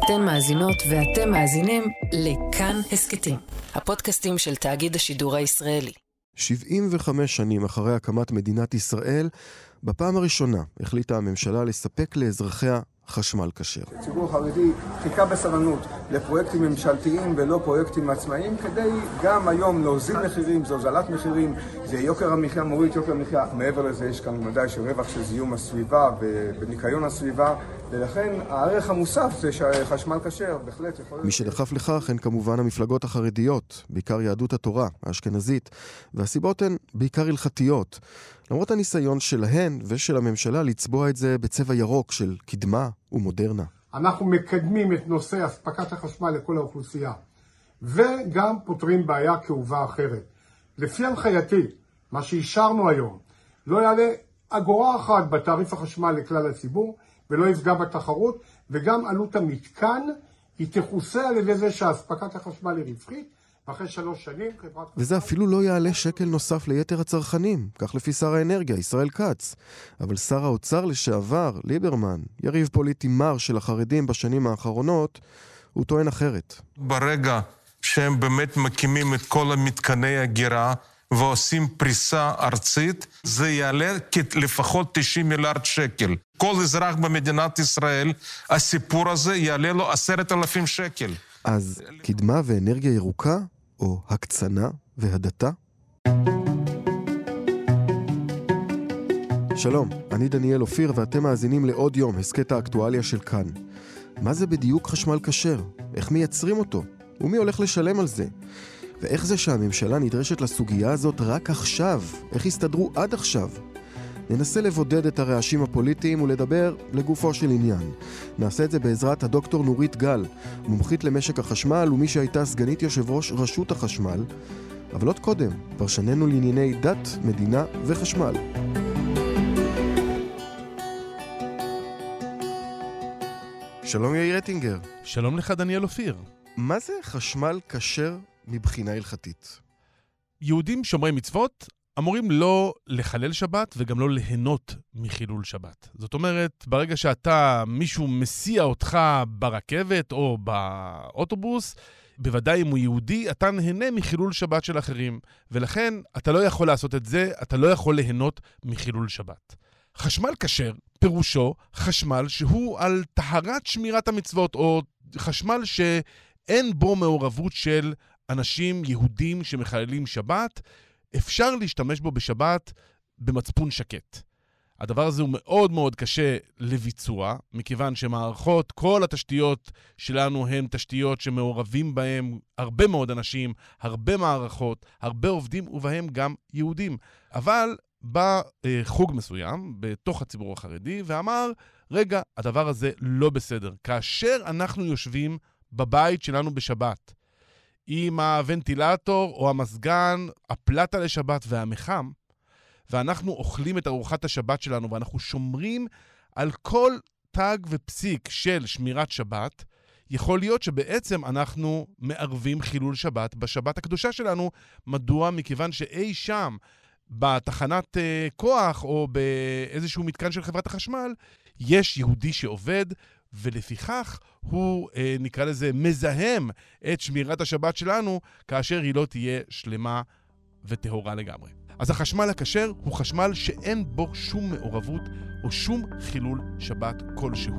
אתן מאזינות ואתם מאזינים לכאן הסקטים, הפודקאסטים של תאגיד השידור הישראלי. 75 שנים אחרי הקמת מדינת ישראל, בפעם הראשונה החליטה הממשלה לספק לאזרחיה חשמל כשר. הציבור החרדי חיכה בסבלנות לפרויקטים ממשלתיים ולא פרויקטים עצמאיים, כדי גם היום להוזיל מחירים, זה הוזלת מחירים, זה יוקר המחיה, מוריד יוקר המחיה. מעבר לזה יש כאן מדעי של רווח של זיהום הסביבה וניקיון הסביבה, ולכן הערך המוסף זה שחשמל כשר בהחלט יכול... מי שדחף לכך הן כמובן המפלגות החרדיות, בעיקר יהדות התורה, האשכנזית, והסיבות הן בעיקר הלכתיות. למרות הניסיון שלהן ושל הממשלה לצבוע את זה בצבע ירוק של קדמה ומודרנה. אנחנו מקדמים את נושא הספקת החשמל לכל האוכלוסייה, וגם פותרים בעיה כאובה אחרת. לפי הנחייתי, מה שאישרנו היום, לא יעלה אגורה אחת בתעריף החשמל לכלל הציבור, ולא יפגע בתחרות, וגם עלות המתקן היא תכוסה על ידי זה שהספקת החשמל היא רווחית, ואחרי 3 שנים חברת... וזה אפילו לא יעלה שקל נוסף ליתר הצרכנים, כך לפי שר האנרגיה, ישראל כץ. אבל שר האוצר לשעבר, ליברמן, יריב פוליטי מר של החרדים בשנים האחרונות, הוא טוען אחרת. ברגע שהם באמת מקימים את כל המתקני הגירה, ועושים פריסה ארצית, זה יעלה לפחות 90 מיליארד שקל. כל אזרח במדינת ישראל, הסיפור הזה יעלה לו 10,000 שקל. אז קדמה ואנרגיה ירוקה, או הקצנה והדתה? שלום, אני דניאל אופיר ואתם מאזינים לעוד יום, הסקט האקטואליה של כאן. מה זה בדיוק חשמל כשר? איך מייצרים אותו? ומי הולך לשלם על זה? ואיך זה שהממשלה נדרשת לסוגיה הזאת רק עכשיו? איך הסתדרו עד עכשיו? ננסה לבודד את הרעשים הפוליטיים ולדבר לגופו של עניין. נעשה את זה בעזרת הדוקטור נורית גל, מומחית למשק החשמל ומי שהייתה סגנית יושב ראש רשות החשמל. אבל עוד קודם, פרשננו לענייני דת, מדינה וחשמל. שלום יאיר רטינגר. שלום לך דניאל אופיר. מה זה חשמל כשר מבחינה הלכתית? יהודים שומרי מצוות אמורים לא לחלל שבת וגם לא ליהנות מחילול שבת. זאת אומרת, ברגע מישהו מסיע אותך ברכבת או באוטובוס, בוודאי אם הוא יהודי, אתה נהנה מחילול שבת של אחרים. ולכן אתה לא יכול לעשות את זה, אתה לא יכול ליהנות מחילול שבת. חשמל כשר פירושו חשמל שהוא על טהרת שמירת המצוות, או חשמל שאין בו מעורבות של אנשים יהודים שמחללים שבת, אפשר להשתמש בו בשבת במצפון שקט. הדבר הזה הוא מאוד מאוד קשה לביצוע, מכיוון שמערכות, כל התשתיות שלנו הן תשתיות שמעורבים בהם הרבה מאוד אנשים, הרבה מערכות, הרבה עובדים, ובהם גם יהודים. אבל בא חוג מסוים בתוך הציבור החרדי ואמר, רגע, הדבר הזה לא בסדר. כאשר אנחנו יושבים בבית שלנו בשבת, עם הוונטילטור או המסגן, הפלטה לשבת והמחם, ואנחנו אוכלים את ארוחת השבת שלנו, ואנחנו שומרים על כל תג ופסיק של שמירת שבת, יכול להיות שבעצם אנחנו מערבים חילול שבת בשבת הקדושה שלנו. מדוע? מכיוון שאי שם, בתחנת כוח או באיזשהו מתקן של חברת החשמל, יש יהודי שעובד, ולפיכך הוא, נקרא לזה, מזהם את שמירת השבת שלנו, כאשר היא לא תהיה שלמה וטהורה לגמרי. אז החשמל הכשר הוא חשמל שאין בו שום מעורבות או שום חילול שבת כלשהו.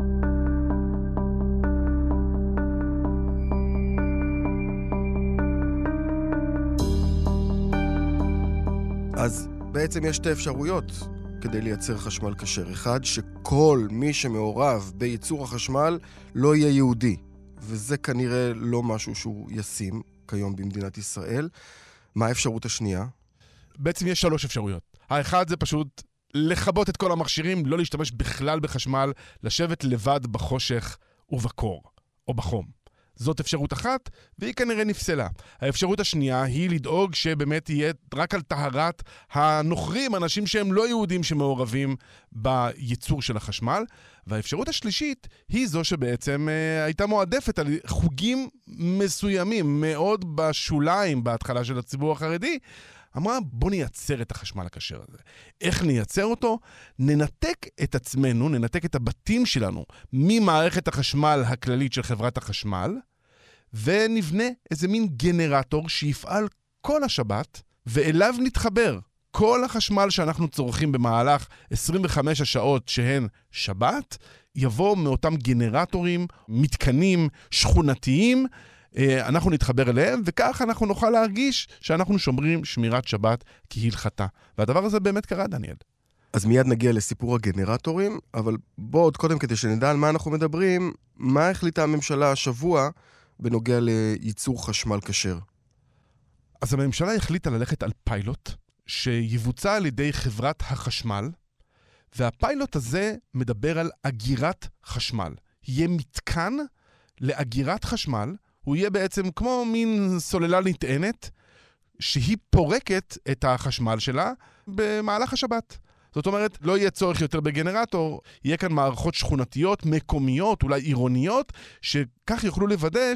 אז בעצם יש 2 אפשרויות כדי לייצר חשמל כשר. אחד, שכל מי שמעורב בייצור החשמל לא יהיה יהודי. וזה כנראה לא משהו שהוא ישים כיום במדינת ישראל. מה האפשרות השנייה? בעצם יש 3 אפשרויות. האחד זה פשוט לכבות את כל המכשירים, לא להשתמש בכלל בחשמל, לשבת לבד בחושך ובקור, או בחום. זאת אפשרות אחת, והיא כנראה נפסלה. האפשרות השנייה היא לדאוג שבאמת יהיה רק על טהרת הנוכרים, אנשים שהם לא יהודים שמעורבים בייצור של החשמל. והאפשרות השלישית היא זו שבעצם הייתה מועדפת על חוגים מסוימים, מאוד בשוליים בהתחלה של הציבור החרדי, אמרה, בוא נייצר את החשמל הכשר הזה. איך נייצר אותו? ננתק את עצמנו, ננתק את הבתים שלנו ממערכת החשמל הכללית של חברת החשמל, ונבנה איזה מין גנרטור שיפעל כל השבת, ואליו נתחבר כל החשמל שאנחנו צורכים במהלך 25 השעות שהן שבת, יבוא מאותם גנרטורים, מתקנים שכונתיים, אנחנו נתחבר אליהם, וכך אנחנו נוכל להרגיש שאנחנו שומרים שמירת שבת כהלכתה. והדבר הזה באמת קרה, דניאל. אז מיד נגיע לסיפור הגנרטורים, אבל בוא עוד קודם כדי שנדע על מה אנחנו מדברים, מה החליטה הממשלה השבוע בנוגע לייצור חשמל כשר? אז הממשלה החליטה ללכת על פיילוט שיבוצע על ידי חברת החשמל, והפיילוט הזה מדבר על אגירת חשמל. יהיה מתקן לאגירת חשמל, הוא יהיה בעצם כמו מין סוללה נטענת, שהיא פורקת את החשמל שלה במהלך השבת. זאת אומרת, לא יהיה צורך יותר בגנרטור, יהיה כאן מערכות שכונתיות, מקומיות, אולי עירוניות, שכך יוכלו לוודא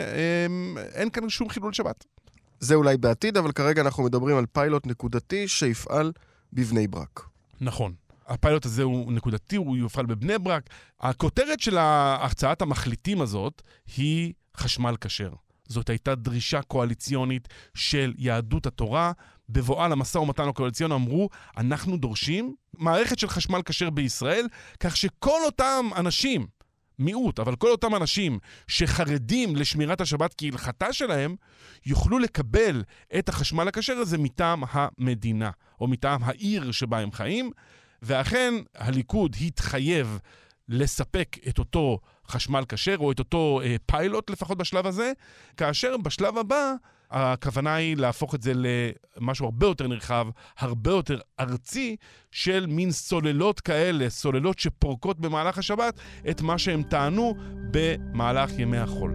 שאין כאן שום חילול שבת. זה אולי בעתיד, אבל כרגע אנחנו מדברים על פיילוט נקודתי שיפעל בבני ברק. נכון. הפיילוט הזה הוא נקודתי, הוא יופעל בבני ברק. הכותרת של ההצעת המחליטים הזאת היא חשמל כשר. זאת הייתה דרישה קואליציונית של יהדות התורה. בבואה למשא ומתן הקואליציון אמרו, אנחנו דורשים מערכת של חשמל כשר בישראל, כך שכל אותם אנשים, מיעוט, אבל כל אותם אנשים שחרדים לשמירת השבת כהלכתה שלהם, יוכלו לקבל את החשמל הכשר הזה מטעם המדינה, או מטעם העיר שבה הם חיים, ואכן הליכוד התחייב לספק את אותו חשמל כשר, או את אותו פיילוט לפחות בשלב הזה, כאשר בשלב הבא הכוונה היא להפוך את זה למשהו הרבה יותר נרחב, הרבה יותר ארצי, של מין סוללות כאלה, סוללות שפורקות במהלך השבת את מה שהם טענו במהלך ימי החול.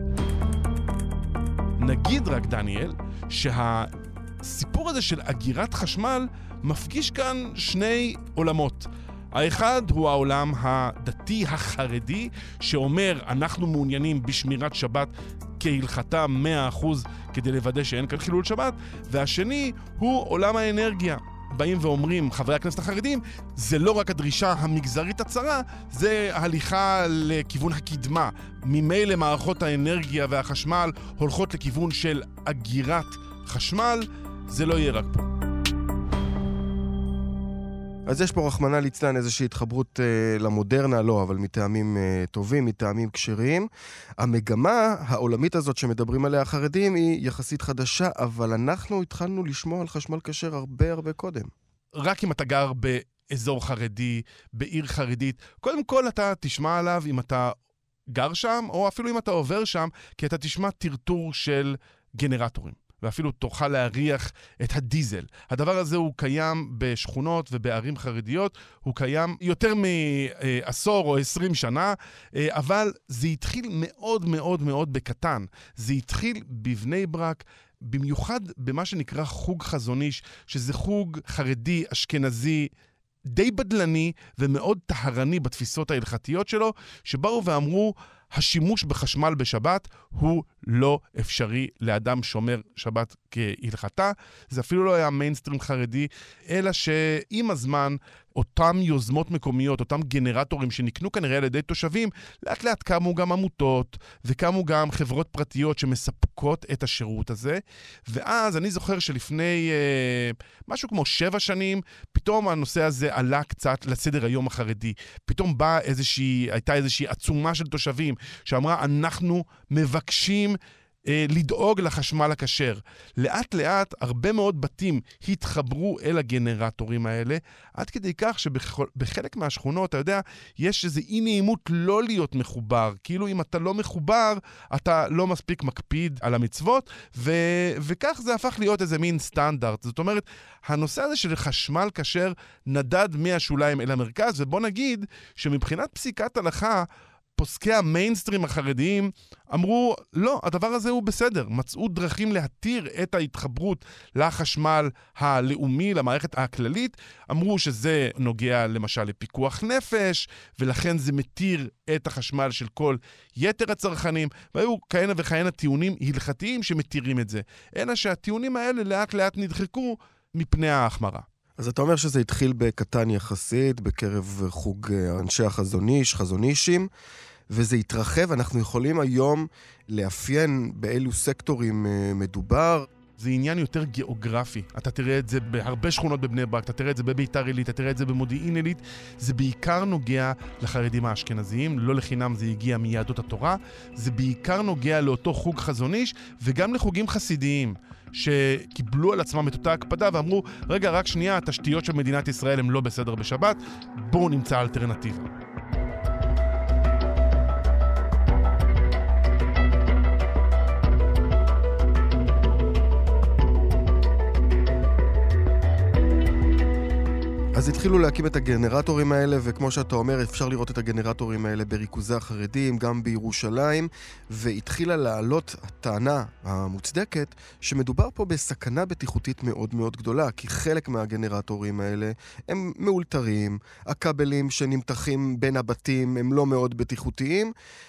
נגיד רק, דניאל, שהסיפור הזה של אגירת חשמל מפגיש כאן שני עולמות. האחד הוא העולם הדתי החרדי, שאומר אנחנו מעוניינים בשמירת שבת כהלכתה 100% כדי לוודא שאין כאן חילול שבת, והשני הוא עולם האנרגיה. באים ואומרים חברי הכנסת החרדים, זה לא רק הדרישה המגזרית הצרה, זה הליכה לכיוון הקדמה. ממילא מערכות האנרגיה והחשמל הולכות לכיוון של אגירת חשמל, זה לא יהיה רק פה. אז יש פה רחמנא ליצלן איזושהי התחברות למודרנה, לא, אבל מטעמים טובים, מטעמים כשרים. המגמה העולמית הזאת שמדברים עליה החרדים היא יחסית חדשה, אבל אנחנו התחלנו לשמוע על חשמל כשר הרבה קודם. רק אם אתה גר באזור חרדי, בעיר חרדית, קודם כל אתה תשמע עליו אם אתה גר שם, או אפילו אם אתה עובר שם, כי אתה תשמע טרטור של גנרטורים. ואפילו תוכל להריח את הדיזל. הדבר הזה הוא קיים בשכונות ובערים חרדיות, הוא קיים יותר מעשור או 20 שנה, אבל זה התחיל מאוד מאוד מאוד בקטן. זה התחיל בבני ברק, במיוחד במה שנקרא חוג חזון איש, שזה חוג חרדי, אשכנזי, די בדלני ומאוד טהרני בתפיסות ההלכתיות שלו, שבאו ואמרו, השימוש בחשמל בשבת הוא לא אפשרי לאדם שומר שבת כהלכתה. זה אפילו לא היה מיינסטרים חרדי, אלא שעם הזמן אותם יוזמות מקומיות, אותם גנרטורים שנקנו כנראה על ידי תושבים, לאט לאט קמו גם עמותות, וקמו גם חברות פרטיות שמספקות את השירות הזה. ואז אני זוכר שלפני משהו כמו 7 שנים, פתאום הנושא הזה עלה קצת לסדר היום החרדי. פתאום הייתה איזושהי עצומה של תושבים שאמרה, אנחנו מבקשים לדאוג לחשמל הכשר. לאט לאט הרבה מאוד בתים התחברו אל הגנרטורים האלה, עד כדי כך שבחלק מהשכונות, אתה יודע, יש איזו אי נעימות לא להיות מחובר. כאילו אם אתה לא מחובר, אתה לא מספיק מקפיד על המצוות, וכך זה הפך להיות איזה מין סטנדרט. זאת אומרת, הנושא הזה של חשמל כשר נדד מהשוליים אל המרכז, ובוא נגיד שמבחינת פסיקת הלכה, פוסקי המיינסטרים החרדיים אמרו, לא, הדבר הזה הוא בסדר. מצאו דרכים להתיר את ההתחברות לחשמל הלאומי, למערכת הכללית. אמרו שזה נוגע למשל לפיקוח נפש, ולכן זה מתיר את החשמל של כל יתר הצרכנים. והיו כהנה וכהנה טיעונים הלכתיים שמתירים את זה. אלא שהטיעונים האלה לאט לאט נדחקו מפני ההחמרה. אז אתה אומר שזה התחיל בקטן יחסית, בקרב חוג אנשי החזוניש, חזונישים, וזה התרחב. אנחנו יכולים היום לאפיין באילו סקטורים מדובר. זה עניין יותר גיאוגרפי. אתה תראה את זה בהרבה שכונות בבני ברק, אתה תראה את זה בביתר עילית, אתה תראה את זה במודיעין עילית. זה בעיקר נוגע לחרדים האשכנזיים, לא לחינם זה הגיע מיהדות התורה. זה בעיקר נוגע לאותו חוג חזוניש, וגם לחוגים חסידיים, שקיבלו על עצמם את אותה הקפדה ואמרו, רגע, רק שנייה, התשתיות של מדינת ישראל הם לא בסדר בשבת, בואו נמצא אלטרנטיבה. אז התחילו להקים את הגנרטורים האלה, וכמו שאתה אומר, אפשר לראות את הגנרטורים האלה בריכוזי החרדים, גם בירושלים, והתחילה לעלות הטענה המוצדקת, שמדובר פה בסכנה בטיחותית מאוד מאוד גדולה, כי חלק מהגנרטורים האלה הם מאולתרים, הכבלים שנמתחים בין הבתים הם לא מאוד בטיחותיים,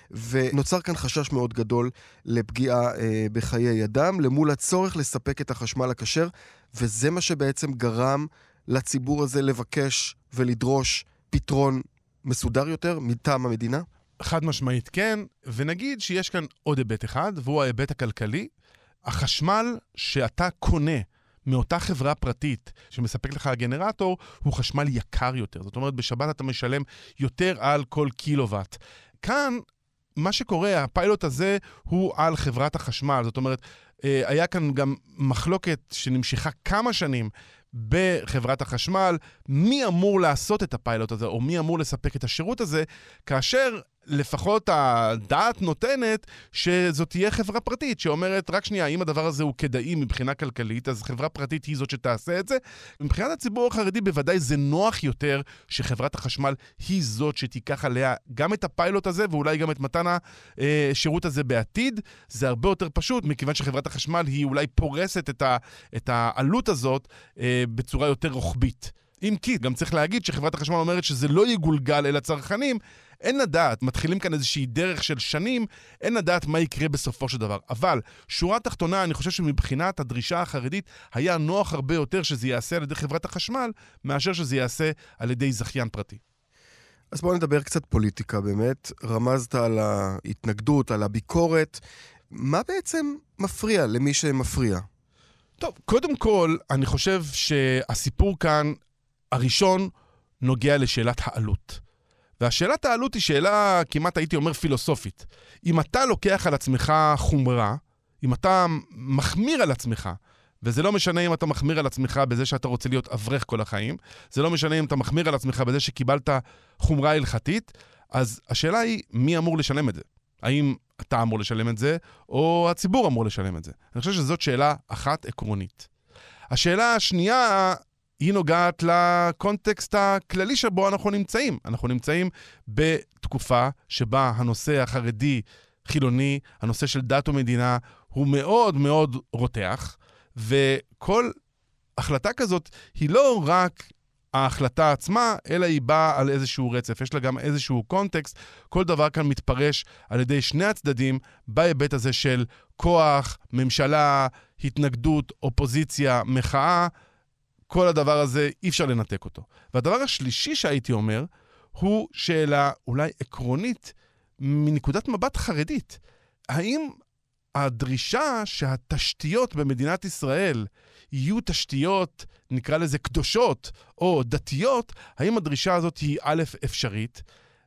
ונוצר כאן חשש מאוד גדול לפגיעה בחיי אדם, למול הצורך לספק את החשמל הכשר, וזה מה שבעצם גרם לציבור הזה לבקש ולדרוש פתרון מסודר יותר מטעם המדינה? חד משמעית כן, ונגיד שיש כאן עוד היבט אחד, והוא ההיבט הכלכלי. החשמל שאתה קונה מאותה חברה פרטית שמספק לך הגנרטור, הוא חשמל יקר יותר. זאת אומרת, בשבת אתה משלם יותר על כל קילוואט. כאן, מה שקורה, הפיילוט הזה הוא על חברת החשמל. זאת אומרת, היה כאן גם מחלוקת שנמשכה כמה שנים בחברת החשמל, מי אמור לעשות את הפיילוט הזה, או מי אמור לספק את השירות הזה, כאשר לפחות הדעת נותנת שזאת תהיה חברה פרטית, שאומרת, רק שנייה, אם הדבר הזה הוא כדאי מבחינה כלכלית, אז חברה פרטית היא זאת שתעשה את זה. מבחינת הציבור החרדי בוודאי זה נוח יותר שחברת החשמל היא זאת שתיקח עליה גם את הפיילוט הזה, ואולי גם את מתן השירות הזה בעתיד. זה הרבה יותר פשוט, מכיוון שחברת החשמל היא אולי פורסת את העלות הזאת בצורה יותר רוחבית. אם כי, גם צריך להגיד שחברת החשמל אומרת שזה לא יגולגל אל הצרכנים, אין לדעת, מתחילים כאן איזושהי דרך של שנים, אין לדעת מה יקרה בסופו של דבר. אבל שורה תחתונה, אני חושב שמבחינת הדרישה החרדית, היה נוח הרבה יותר שזה יעשה על ידי חברת החשמל, מאשר שזה יעשה על ידי זכיין פרטי. אז בואו נדבר קצת פוליטיקה באמת. רמזת על ההתנגדות, על הביקורת. מה בעצם מפריע למי שמפריע? טוב, קודם כל, אני חושב שהסיפור כאן, הראשון, נוגע לשאלת העלות. והשאלת העלות היא שאלה, כמעט הייתי אומר פילוסופית. אם אתה לוקח על עצמך חומרה, אם אתה מחמיר על עצמך, וזה לא משנה אם אתה מחמיר על עצמך בזה שאתה רוצה להיות אברך כל החיים, זה לא משנה אם אתה מחמיר על עצמך בזה שקיבלת חומרה הלכתית, אז השאלה היא, מי אמור לשלם את זה? האם אתה אמור לשלם את זה, או הציבור אמור לשלם את זה? אני חושב שזאת שאלה אחת עקרונית. השאלה השנייה היא נוגעת לקונטקסט הכללי שבו אנחנו נמצאים. אנחנו נמצאים בתקופה שבה הנושא החרדי, חילוני, הנושא של דת ומדינה, הוא מאוד מאוד רותח, וכל החלטה כזאת היא לא רק ההחלטה עצמה, אלא היא באה על איזשהו רצף. יש לה גם איזשהו קונטקסט. כל דבר כאן מתפרש על ידי שני הצדדים, בהיבט הזה של כוח, ממשלה, התנגדות, אופוזיציה, מחאה. כל הדבר הזה אי אפשר לנתק אותו. והדבר השלישי שהייתי אומר, הוא שאלה אולי עקרונית מנקודת מבט חרדית. האם הדרישה שהתשתיות במדינת ישראל יהיו תשתיות, נקרא לזה קדושות או דתיות, האם הדרישה הזאת היא א' אפשרית,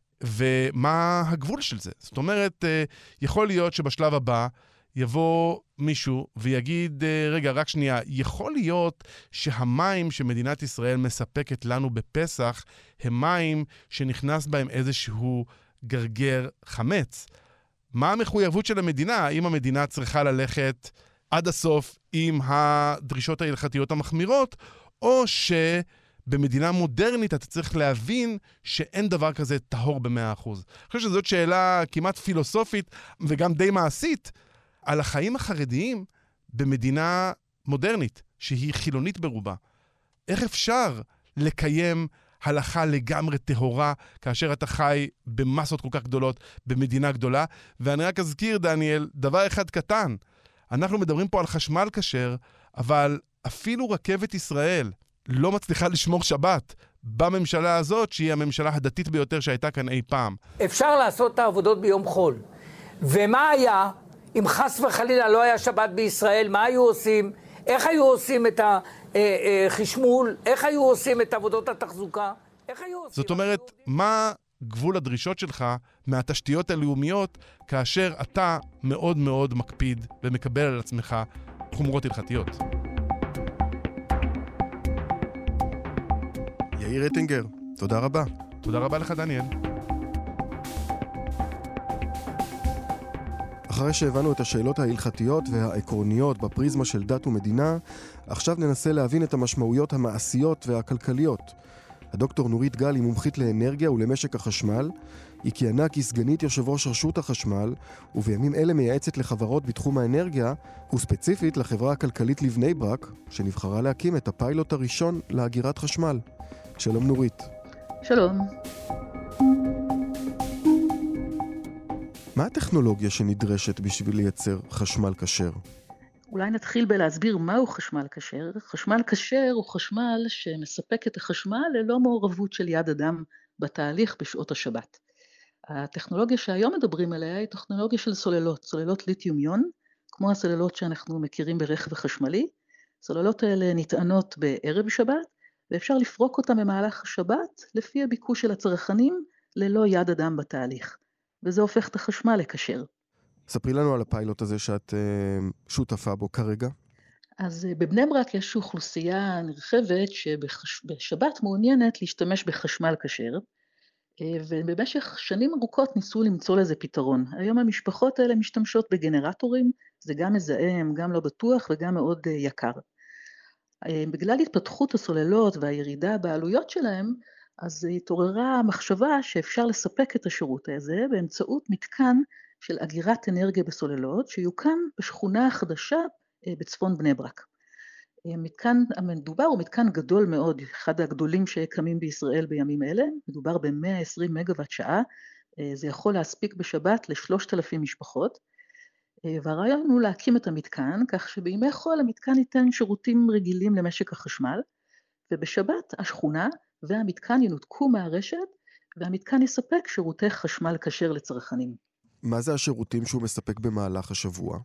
ומה הגבול של זה? זאת אומרת, יכול להיות שבשלב הבא יבוא מישהו ויגיד, רגע, רק שנייה, יכול להיות שהמים שמדינת ישראל מספקת לנו בפסח, הם מים שנכנס בהם איזשהו גרגר חמץ. מה המחויבות של המדינה? האם המדינה צריכה ללכת עד הסוף עם הדרישות ההלכתיות המחמירות, או שבמדינה מודרנית אתה צריך להבין שאין דבר כזה טהור ב100%. אני חושב שזאת שאלה כמעט פילוסופית וגם די מעשית, על החיים החרדיים במדינה מודרנית, שהיא חילונית ברובה. איך אפשר לקיים הלכה לגמרי טהורה, כאשר אתה חי במסות כל כך גדולות, במדינה גדולה? ואני רק אזכיר, דניאל, דבר אחד קטן. אנחנו מדברים פה על חשמל כשר, אבל אפילו רכבת ישראל לא מצליחה לשמור שבת בממשלה הזאת, שהיא הממשלה הדתית ביותר שהייתה כאן אי פעם. אפשר לעשות את העבודות ביום חול. ומה היה אם חס וחלילה לא היה שבת בישראל? מה היו עושים? איך היו עושים את החשמול? איך היו עושים את עבודות התחזוקה? איך היו עושים? זאת אומרת, מה גבול הדרישות שלך מהתשתיות הלאומיות, כאשר אתה מאוד מאוד מקפיד ומקבל על עצמך חומרות הלכתיות? יאיר רטינגר, תודה רבה. תודה רבה לך, דניאל. אחרי שהבנו את השאלות ההלכתיות והעקרוניות בפריזמה של דת ומדינה, עכשיו ננסה להבין את המשמעויות המעשיות והכלכליות. הדוקטור נורית גל היא מומחית לאנרגיה ולמשק החשמל. היא כיהנה כסגנית יושב ראש רשות החשמל, ובימים אלה מייעצת לחברות בתחום האנרגיה, וספציפית לחברה הכלכלית לבני ברק, שנבחרה להקים את הפיילוט הראשון לאגירת חשמל. שלום נורית. שלום. מה הטכנולוגיה שנדרשת בשביל לייצר חשמל כשר? אולי נתחיל בלהסביר מהו חשמל כשר. חשמל כשר הוא חשמל שמספק את החשמל ללא מעורבות של יד אדם בתהליך בשעות השבת. הטכנולוגיה שהיום מדברים עליה היא טכנולוגיה של סוללות, סוללות ליתיום-יון, כמו הסוללות שאנחנו מכירים ברכב החשמלי. הסוללות האלה נטענות בערב שבת, ואפשר לפרוק אותם במהלך השבת לפי הביקוש של הצרכנים ללא יד אדם בתהליך. וזה הופך את החשמל לכשר. ספרי לנו על הפיילוט הזה שאת שותפה בו כרגע. אז בבני ברק יש אוכלוסייה נרחבת שבשבת מעוניינת להשתמש בחשמל כשר, ובמשך שנים ארוכות ניסו למצוא לזה פתרון. היום המשפחות האלה משתמשות בגנרטורים, זה גם מזהם, גם לא בטוח וגם מאוד יקר. בגלל התפתחות הסוללות והירידה בעלויות שלהם, אז התעוררה המחשבה שאפשר לספק את השירות הזה באמצעות מתקן של אגירת אנרגיה בסוללות, שיוקם בשכונה החדשה בצפון בני ברק. מתקן המדובר הוא מתקן גדול מאוד, אחד הגדולים שקמים בישראל בימים אלה, מדובר ב-120 מגוואט שעה, זה יכול להספיק בשבת ל3,000 משפחות, והרעיון הוא להקים את המתקן, כך שבימי חול המתקן ייתן שירותים רגילים למשק החשמל, ובשבת השכונה והמתקן ינותקו מהרשת, והמתקן יספק שירותי חשמל כשר לצרכנים. מה זה השירותים שהוא מספק במהלך השבוע?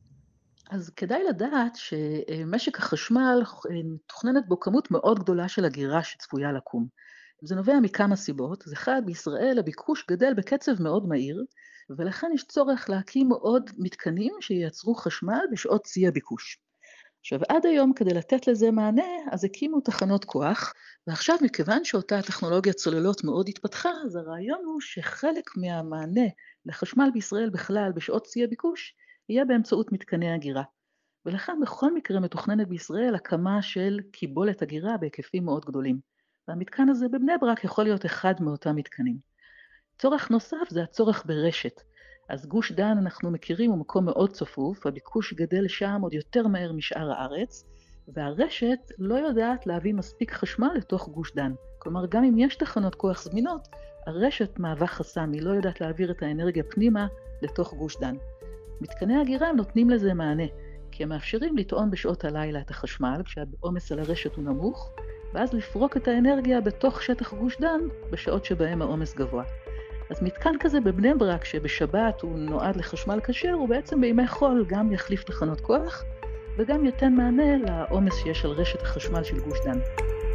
אז כדאי לדעת שמשק החשמל תוכננת בו כמות מאוד גדולה של אגירה שצפויה לקום. זה נובע מכמה סיבות. אז אחד, בישראל הביקוש גדל בקצב מאוד מהיר, ולכן יש צורך להקים עוד מתקנים שייצרו חשמל בשעות שיא הביקוש. עכשיו, עד היום כדי לתת לזה מענה, אז הקימו תחנות כוח, ועכשיו מכיוון שאותה טכנולוגיית צוללות מאוד התפתחה, אז הרעיון הוא שחלק מהמענה לחשמל בישראל בכלל בשעות שיא הביקוש, יהיה באמצעות מתקני אגירה. ולכן בכל מקרה מתוכננת בישראל הקמה של קיבולת אגירה בהיקפים מאוד גדולים. והמתקן הזה בבני ברק יכול להיות אחד מאותם מתקנים. צורך נוסף זה הצורך ברשת. אז גוש דן אנחנו מכירים הוא מקום מאוד צפוף, הביקוש גדל שם עוד יותר מהר משאר הארץ, והרשת לא יודעת להביא מספיק חשמל לתוך גוש דן. כלומר, גם אם יש תחנות כוח זמינות, הרשת מהווה חסם, היא לא יודעת להעביר את האנרגיה פנימה לתוך גוש דן. מתקני האגירה נותנים לזה מענה, כי הם מאפשרים לטעון בשעות הלילה את החשמל, כשהעומס על הרשת הוא נמוך, ואז לפרוק את האנרגיה בתוך שטח גוש דן בשעות שבהם העומס גבוה. אז מתקן כזה בבני ברק שבשבת הוא נועד לחשמל כשר, הוא בעצם בימי חול גם יחליף תחנות כוח, וגם ייתן מענה לעומס שיש על רשת החשמל של גוש דן.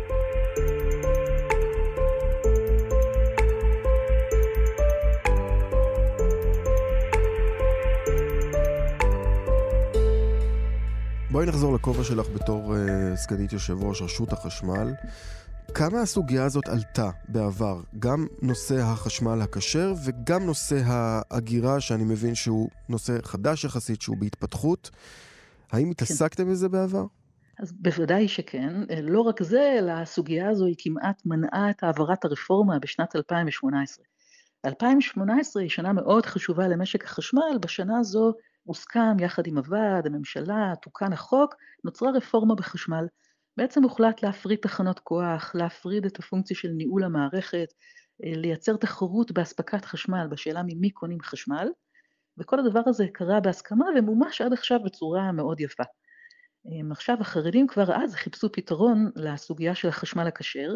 בואי נחזור לכובע שלך בתור סגנית יושב ראש רשות החשמל. כמה הסוגיה הזאת עלתה בעבר? גם נושא החשמל הכשר וגם נושא האגירה, שאני מבין שהוא נושא חדש יחסית, שהוא בהתפתחות. האם התעסקתם בזה בעבר? אז בוודאי שכן. לא רק זה, אלא הסוגיה הזו היא כמעט מנעה את העברת הרפורמה בשנת 2018. 2018 היא שנה מאוד חשובה למשק החשמל. בשנה הזו הוסכם יחד עם הוועד, הממשלה, תוקן החוק, נוצרה רפורמה בחשמל. בעצם הוחלט להפריד תחנות כוח, להפריד את הפונקציה של ניהול המערכת, לייצר תחרות בהספקת חשמל, בשאלה ממי קונים חשמל, וכל הדבר הזה קרה בהסכמה ומומש עד עכשיו בצורה מאוד יפה. עכשיו החרדים כבר אז חיפשו פתרון לסוגיה של החשמל הכשר,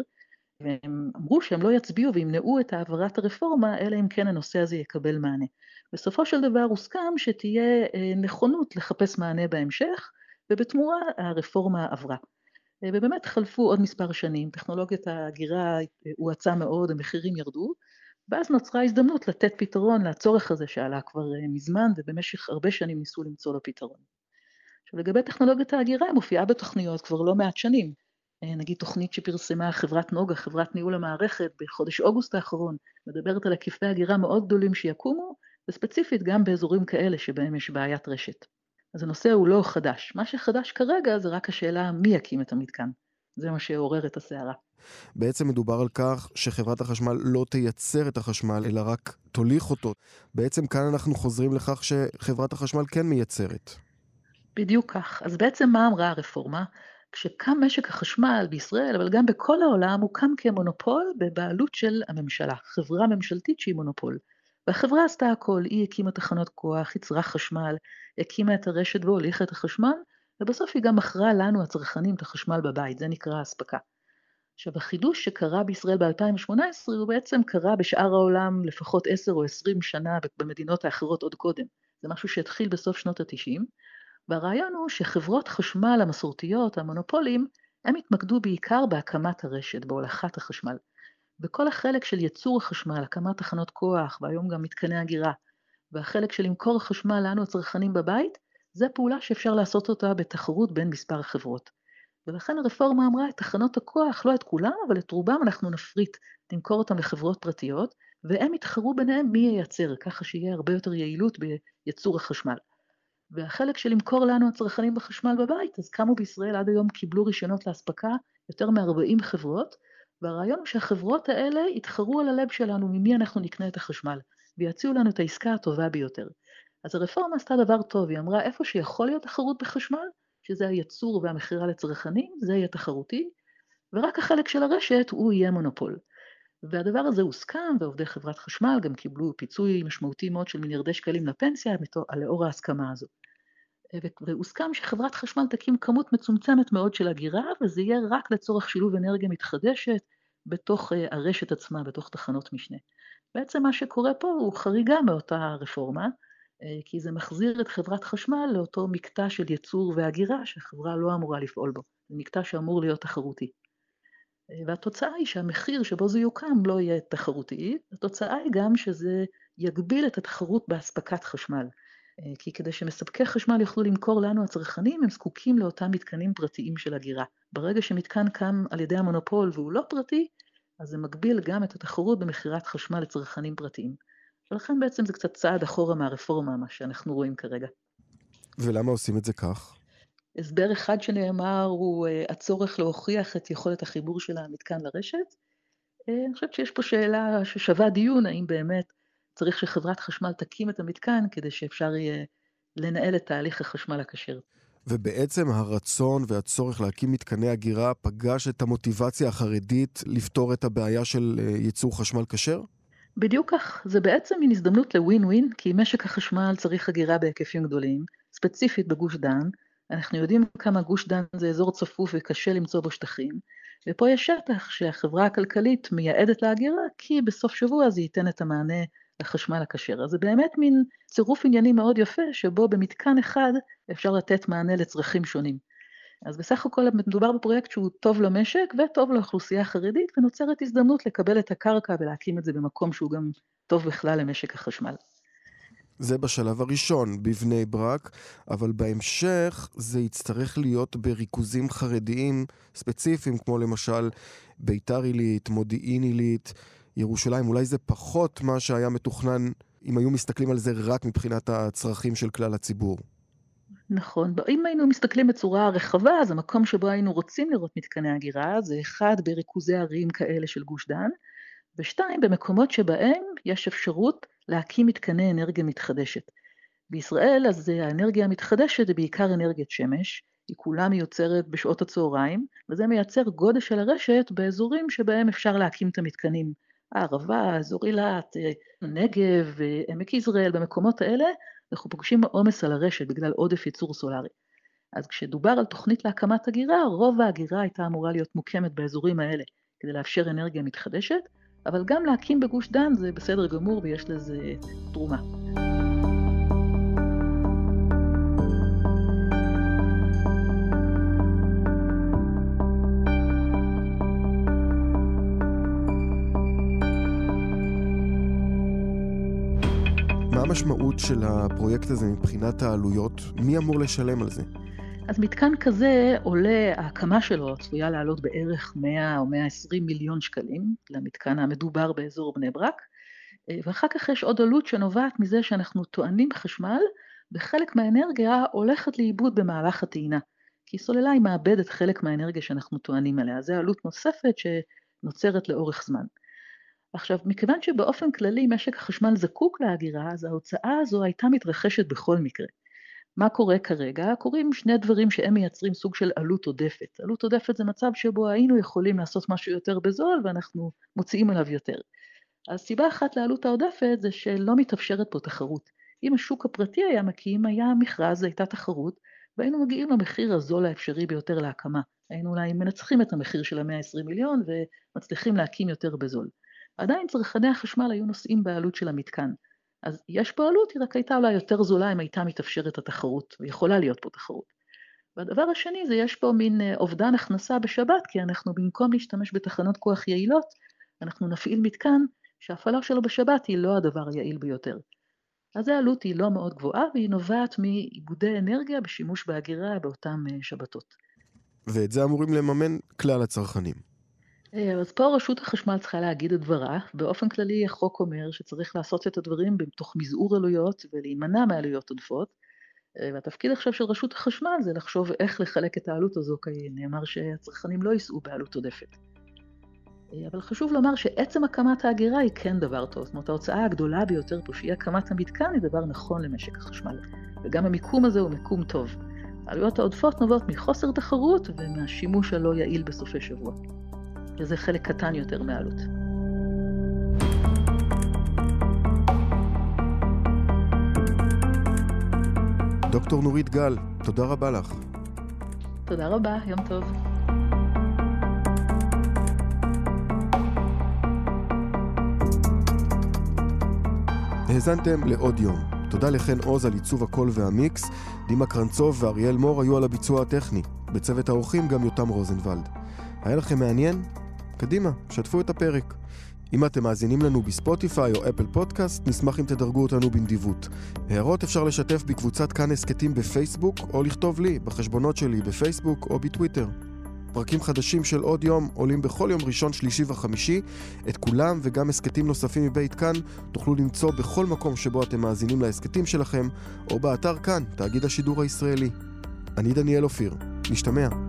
והם אמרו שהם לא יצביעו וימנעו את העברת הרפורמה, אלא אם כן הנושא הזה יקבל מענה. בסופו של דבר הוסכם שתהיה נכונות לחפש מענה בהמשך, ובתמורה הרפורמה עברה. ובאמת חלפו עוד מספר שנים, טכנולוגיית ההגירה הואצה מאוד, המחירים ירדו, ואז נוצרה הזדמנות לתת פתרון לצורך הזה שעלה כבר מזמן, ובמשך הרבה שנים ניסו למצוא לו פתרון. עכשיו לגבי טכנולוגיית ההגירה, היא מופיעה בתוכניות כבר לא מעט שנים. נגיד תוכנית שפרסמה חברת נוגה, חברת ניהול המערכת, בחודש אוגוסט האחרון, מדברת על היקפי הגירה מאוד גדולים שיקומו, וספציפית גם באזורים כאלה שבהם יש בעיית רשת. אז הנושא הוא לא חדש. מה שחדש כרגע זה רק השאלה מי יקים את המתקן. זה מה שעורר את הסערה. בעצם מדובר על כך שחברת החשמל לא תייצר את החשמל, אלא רק תוליך אותו. בעצם כאן אנחנו חוזרים לכך שחברת החשמל כן מייצרת. בדיוק כך. אז בעצם מה אמרה הרפורמה? כשקם משק החשמל בישראל, אבל גם בכל העולם, הוא קם כמונופול בבעלות של הממשלה, חברה ממשלתית שהיא מונופול. והחברה עשתה הכל, היא הקימה תחנות כוח, ייצרה חשמל, הקימה את הרשת והוליכה את החשמל, ובסוף היא גם מכרה לנו הצרכנים את החשמל בבית, זה נקרא הספקה. עכשיו החידוש שקרה בישראל ב-2018 הוא בעצם קרה בשאר העולם לפחות 10 או 20 שנה במדינות האחרות עוד קודם. זה משהו שהתחיל בסוף שנות ה-90, והרעיון הוא שחברות חשמל המסורתיות, המונופולים, הם התמקדו בעיקר בהקמת הרשת, בהולכת החשמל. בכל החלק של ייצור החשמל, הקמת תחנות כוח, והיום גם מתקני הגירה, והחלק של למכור חשמל לנו הצרכנים בבית, זה פעולה שאפשר לעשות אותה בתחרות בין מספר החברות. ולכן הרפורמה אמרה, את תחנות הכוח, לא את כולם, אבל את רובם אנחנו נפריט, נמכור אותם לחברות פרטיות, והם יתחרו ביניהם מי ייצר, ככה שיהיה הרבה יותר יעילות בייצור החשמל. והחלק של למכור לנו הצרכנים בחשמל בבית, אז קמו בישראל עד היום קיבלו רישיונות להספקה יותר מ-40 חברות, והרעיון הוא שהחברות האלה יתחרו על הלב שלנו ממי אנחנו נקנה את החשמל, ויציעו לנו את העסקה הטובה ביותר. אז הרפורמה עשתה דבר טוב, היא אמרה איפה שיכול להיות תחרות בחשמל, שזה הייצור והמחירה לצרכנים, זה יהיה תחרותי, ורק החלק של הרשת הוא יהיה מונופול. והדבר הזה הוסכם, ועובדי חברת חשמל גם קיבלו פיצוי משמעותי מאוד של מיליארדי שקלים לפנסיה, לאור ההסכמה הזו. והוסכם שחברת חשמל תקים כמות מצומצמת מאוד של הגירה, וזה יהיה רק לצורך שילוב אנרגיה מתחדשת בתוך הרשת עצמה, בתוך תחנות משנה. בעצם מה שקורה פה הוא חריגה מאותה רפורמה, כי זה מחזיר את חברת חשמל לאותו מקטע של ייצור והגירה, שהחברה לא אמורה לפעול בו. זה מקטע שאמור להיות תחרותי. והתוצאה היא שהמחיר שבו זה יוקם לא יהיה תחרותי, התוצאה היא גם שזה יגביל את התחרות בהספקת חשמל. כי כדי שמספקי חשמל יוכלו למכור לנו הצרכנים, הם זקוקים לאותם מתקנים פרטיים של הגירה. ברגע שמתקן קם על ידי המונופול והוא לא פרטי, אז זה מגביל גם את התחרות במחירת חשמל לצרכנים פרטיים. ולכן בעצם זה קצת צעד אחורה מהרפורמה, מה שאנחנו רואים כרגע. ולמה עושים את זה כך? הסבר אחד שנאמר הוא הצורך להוכיח את יכולת החיבור של המתקן לרשת. אני חושבת שיש פה שאלה ששווה דיון, האם באמת צריך שחברת חשמל תקים את המתקן, כדי שאפשר יהיה לנהל את תהליך החשמל הכשר. ובעצם הרצון והצורך להקים מתקני הגירה פגש את המוטיבציה החרדית לפתור את הבעיה של ייצור חשמל כשר? בדיוק כך, זה בעצם מין הזדמנות לווין ווין, כי משק החשמל צריך הגירה בהיקפים גדולים, ספציפית בגוש דן. אנחנו יודעים כמה גוש דן זה אזור צפוף וקשה למצוא בו שטחים, ופה יש שטח שהחברה הכלכלית מייעדת להגירה, כי בסוף שבוע זה ייתן את המענה לחשמל הכשר. אז זה באמת מין צירוף עניינים מאוד יפה, שבו במתקן אחד אפשר לתת מענה לצרכים שונים. אז בסך הכל מדובר בפרויקט שהוא טוב למשק וטוב לאוכלוסייה החרדית, ונוצרת הזדמנות לקבל את הקרקע ולהקים את זה במקום שהוא גם טוב בכלל למשק החשמל. זה בשלב הראשון, בבני ברק, אבל בהמשך זה יצטרך להיות בריכוזים חרדיים ספציפיים, כמו למשל ביתר עילית, מודיעין עילית, ירושלים. אולי זה פחות מה שהיה מתוכנן אם היו מסתכלים על זה רק מבחינת הצרכים של כלל הציבור. נכון, אם היינו מסתכלים בצורה רחבה, אז המקום שבו היינו רוצים לראות מתקני הגירה, זה אחד בריכוזי ערים כאלה של גוש דן, ושתיים במקומות שבהם יש אפשרות להקים מתקני אנרגיה מתחדשת. בישראל אז האנרגיה המתחדשת זה בעיקר אנרגיית שמש, היא כולה מיוצרת בשעות הצהריים, וזה מייצר גודל של הרשת באזורים שבהם אפשר להקים את המתקנים. הערבה, אזור אילת, נגב, עמק יזרעאל, במקומות האלה אנחנו פוגשים עומס על הרשת בגלל עודף ייצור סולרי. אז כשדובר על תוכנית להקמת הגירה, רוב ההגירה הייתה אמורה להיות מוקמת באזורים האלה, כדי לאפשר אנרגיה מתחדשת, אבל גם להקים בגוש דן זה בסדר גמור ויש לזה תרומה. מה המשמעות של הפרויקט הזה מבחינת העלויות? מי אמור לשלם על זה? אז מתקן כזה עולה, ההקמה שלו צפויה לעלות בערך 100 או 120 מיליון שקלים, למתקן המדובר באזור בני ברק, ואחר כך יש עוד עלות שנובעת מזה שאנחנו טוענים חשמל, וחלק מהאנרגיה הולכת לאיבוד במהלך הטעינה, כי סוללה היא מאבדת חלק מהאנרגיה שאנחנו טוענים עליה, זה עלות נוספת שנוצרת לאורך זמן. עכשיו, מכיוון שבאופן כללי משק החשמל זקוק להגירה, אז ההוצאה הזו הייתה מתרחשת בכל מקרה. מה קורה כרגע? קורים שני דברים שהם מייצרים סוג של עלות עודפת. עלות עודפת זה מצב שבו היינו יכולים לעשות משהו יותר בזול ואנחנו מוציאים עליו יותר. אז סיבה אחת לעלות העודפת זה שלא מתאפשרת פה תחרות. אם השוק הפרטי היה מקים, היה מכרז, הייתה תחרות, והיינו מגיעים למחיר הזול האפשרי ביותר להקמה. היינו אולי מנצחים את המחיר של ה-120 מיליון ומצליחים להקים יותר בזול. עדיין צרכני החשמל היו נושאים בעלות של המתקן. אז יש פה עלות, היא רק הייתה אולי יותר זולה אם הייתה מתאפשרת התחרות, ויכולה להיות פה תחרות. והדבר השני זה יש פה מין אובדן הכנסה בשבת, כי אנחנו במקום להשתמש בתחנות כוח יעילות, אנחנו נפעיל מתקן שההפעלה שלו בשבת היא לא הדבר היעיל ביותר. אז העלות היא לא מאוד גבוהה, והיא נובעת מאיבודי אנרגיה בשימוש בהגירה באותם שבתות. ואת זה אמורים לממן כלל הצרכנים. אז פה רשות החשמל צריכה להגיד את דברה, באופן כללי החוק אומר שצריך לעשות את הדברים בתוך מזעור עלויות ולהימנע מעלויות עודפות, והתפקיד עכשיו של רשות החשמל זה לחשוב איך לחלק את העלות הזו, כי נאמר שהצרכנים לא יישאו בעלות עודפת. אבל חשוב לומר שעצם הקמת האגירה היא כן דבר טוב, זאת אומרת ההוצאה הגדולה ביותר פה שהיא הקמת המתקן היא דבר נכון למשק החשמל, וגם המיקום הזה הוא מיקום טוב. העלויות העודפות נובעות מחוסר תחרות ומהשימוש הלא יעיל בסופי שבוע. וזה חלק קטן יותר מהעלות. דוקטור נורית גל, תודה רבה לך. תודה רבה, יום טוב. האזנתם לעוד יום. תודה לכן עוז על עיצוב הקול והמיקס, דימה קרנצוב ואריאל מור היו על הביצוע הטכני. בצוות האורחים גם יותם רוזנבלד. היה לכם מעניין? קדימה, שתפו את הפרק. אם אתם מאזינים לנו בספוטיפיי או אפל פודקאסט, נשמח אם תדרגו אותנו בנדיבות. הערות אפשר לשתף בקבוצת כאן הסקטים בפייסבוק, או לכתוב לי בחשבונות שלי בפייסבוק או בטוויטר. פרקים חדשים של עוד יום עולים בכל יום ראשון, שלישי וחמישי. את כולם וגם הסקטים נוספים מבית כאן תוכלו למצוא בכל מקום שבו אתם מאזינים להסקטים שלכם, או באתר כאן, תאגיד השידור הישראלי. אני דניאל אופיר. נשתמע.